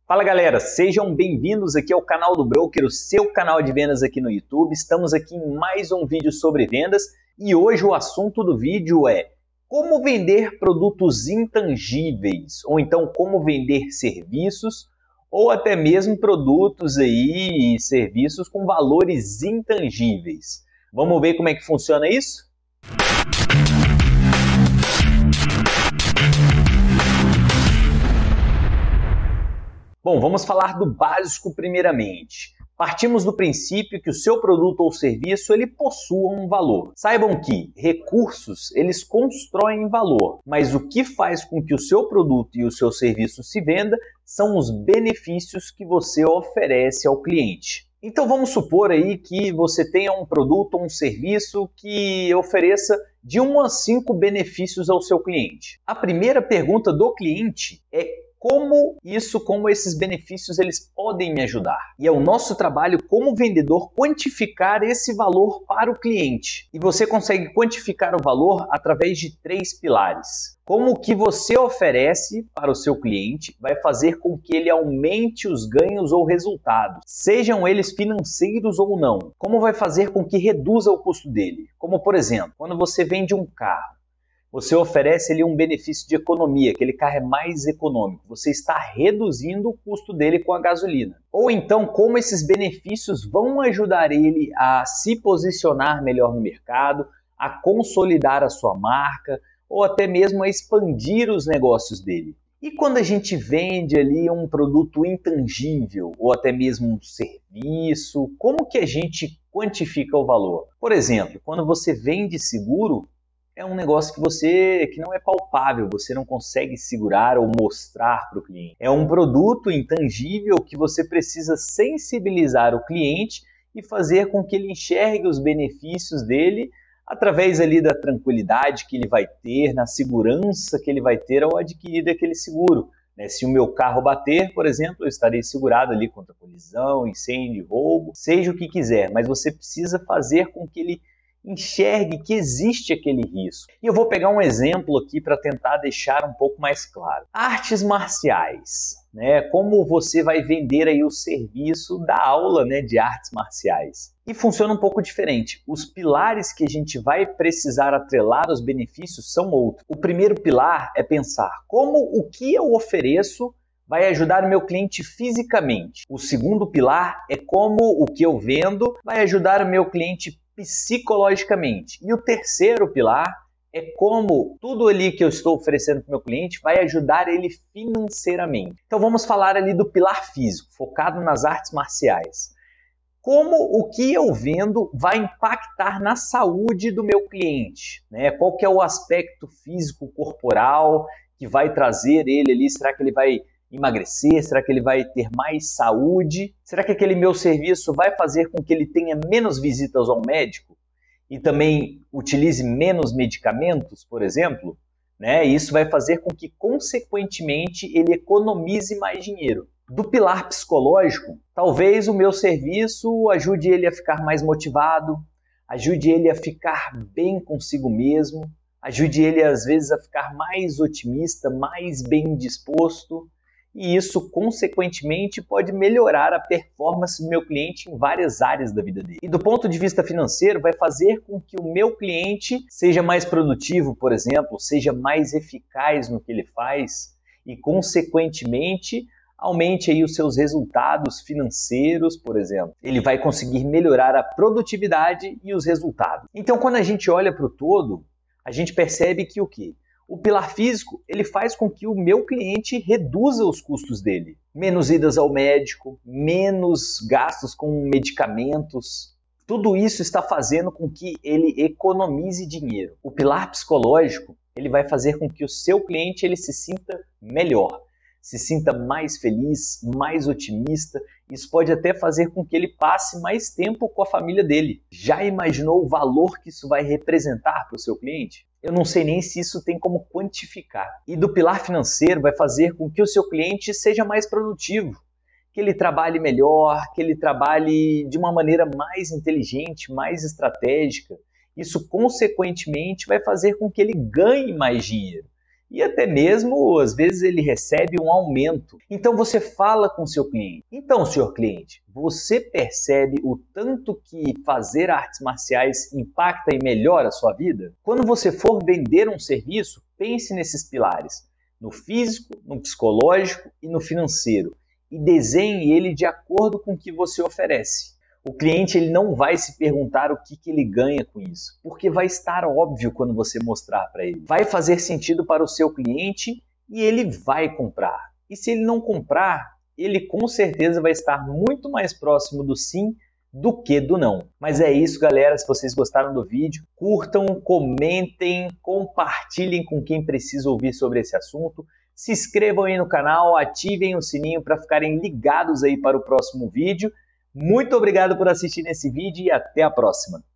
Fala galera, sejam bem-vindos aqui ao canal do Broker, o seu canal de vendas aqui no YouTube. Estamos aqui em mais um vídeo sobre vendas e hoje o assunto do vídeo é como vender produtos intangíveis, ou então como vender serviços, ou até mesmo produtos aí e serviços com valores intangíveis. Vamos ver como é que funciona isso? Bom, vamos falar do básico primeiramente. Partimos do princípio que o seu produto ou serviço ele possua um valor. Saibam que recursos eles constroem valor, mas o que faz com que o seu produto e o seu serviço se venda são os benefícios que você oferece ao cliente. Então vamos supor aí que você tenha um produto ou um serviço que ofereça de 1 a 5 benefícios ao seu cliente. A primeira pergunta do cliente é como esses benefícios eles podem me ajudar. E é o nosso trabalho como vendedor quantificar esse valor para o cliente. E você consegue quantificar o valor através de 3 pilares. Como o que você oferece para o seu cliente vai fazer com que ele aumente os ganhos ou resultados, sejam eles financeiros ou não. Como vai fazer com que reduza o custo dele. Como, por exemplo, quando você vende um carro, você oferece ali um benefício de economia, aquele carro é mais econômico. Você está reduzindo o custo dele com a gasolina. Ou então, como esses benefícios vão ajudar ele a se posicionar melhor no mercado, a consolidar a sua marca, ou até mesmo a expandir os negócios dele. E quando a gente vende ali um produto intangível, ou até mesmo um serviço, como que a gente quantifica o valor? Por exemplo, quando você vende seguro, é um negócio que não é palpável, você não consegue segurar ou mostrar para o cliente. É um produto intangível que você precisa sensibilizar o cliente e fazer com que ele enxergue os benefícios dele através ali da tranquilidade que ele vai ter, na segurança que ele vai ter ao adquirir aquele seguro. Se o meu carro bater, por exemplo, eu estarei segurado ali contra colisão, incêndio, roubo, seja o que quiser, mas você precisa fazer com que ele enxergue que existe aquele risco. E eu vou pegar um exemplo aqui para tentar deixar um pouco mais claro. Artes marciais, como você vai vender aí o serviço da aula, de artes marciais. E funciona um pouco diferente. Os pilares que a gente vai precisar atrelar aos benefícios são outros. O primeiro pilar é pensar como o que eu ofereço vai ajudar o meu cliente fisicamente. O segundo pilar é como o que eu vendo vai ajudar o meu cliente psicologicamente. E o terceiro pilar é como tudo ali que eu estou oferecendo para o meu cliente vai ajudar ele financeiramente. Então vamos falar ali do pilar físico, focado nas artes marciais. Como o que eu vendo vai impactar na saúde do meu cliente? Qual que é o aspecto físico corporal que vai trazer ele ali? Será que ele vai emagrecer? Será que ele vai ter mais saúde? Será que aquele meu serviço vai fazer com que ele tenha menos visitas ao médico? E também utilize menos medicamentos, por exemplo? Isso vai fazer com que, consequentemente, ele economize mais dinheiro. Do pilar psicológico, talvez o meu serviço ajude ele a ficar mais motivado, ajude ele a ficar bem consigo mesmo, ajude ele, às vezes, a ficar mais otimista, mais bem disposto. E isso, consequentemente, pode melhorar a performance do meu cliente em várias áreas da vida dele. E do ponto de vista financeiro, vai fazer com que o meu cliente seja mais produtivo, por exemplo, seja mais eficaz no que ele faz e, consequentemente, aumente aí os seus resultados financeiros, por exemplo. Ele vai conseguir melhorar a produtividade e os resultados. Então, quando a gente olha para o todo, a gente percebe que o quê? O pilar físico, ele faz com que o meu cliente reduza os custos dele. Menos idas ao médico, menos gastos com medicamentos. Tudo isso está fazendo com que ele economize dinheiro. O pilar psicológico, ele vai fazer com que o seu cliente ele se sinta melhor, se sinta mais feliz, mais otimista. Isso pode até fazer com que ele passe mais tempo com a família dele. Já imaginou o valor que isso vai representar para o seu cliente? Eu não sei nem se isso tem como quantificar. E do pilar financeiro vai fazer com que o seu cliente seja mais produtivo, que ele trabalhe melhor, que ele trabalhe de uma maneira mais inteligente, mais estratégica. Isso, consequentemente, vai fazer com que ele ganhe mais dinheiro. e até mesmo, às vezes, ele recebe um aumento. Então você fala com o seu cliente. Então, senhor cliente, você percebe o tanto que fazer artes marciais impacta e melhora a sua vida? Quando você for vender um serviço, pense nesses pilares, no físico, no psicológico e no financeiro, e desenhe ele de acordo com o que você oferece. O cliente ele não vai se perguntar o que ele ganha com isso, porque vai estar óbvio quando você mostrar para ele. Vai fazer sentido para o seu cliente e ele vai comprar. E se ele não comprar, ele com certeza vai estar muito mais próximo do sim do que do não. Mas é isso, galera. Se vocês gostaram do vídeo, curtam, comentem, compartilhem com quem precisa ouvir sobre esse assunto. Se inscrevam aí no canal, ativem o sininho para ficarem ligados aí para o próximo vídeo. Muito obrigado por assistir esse vídeo e até a próxima!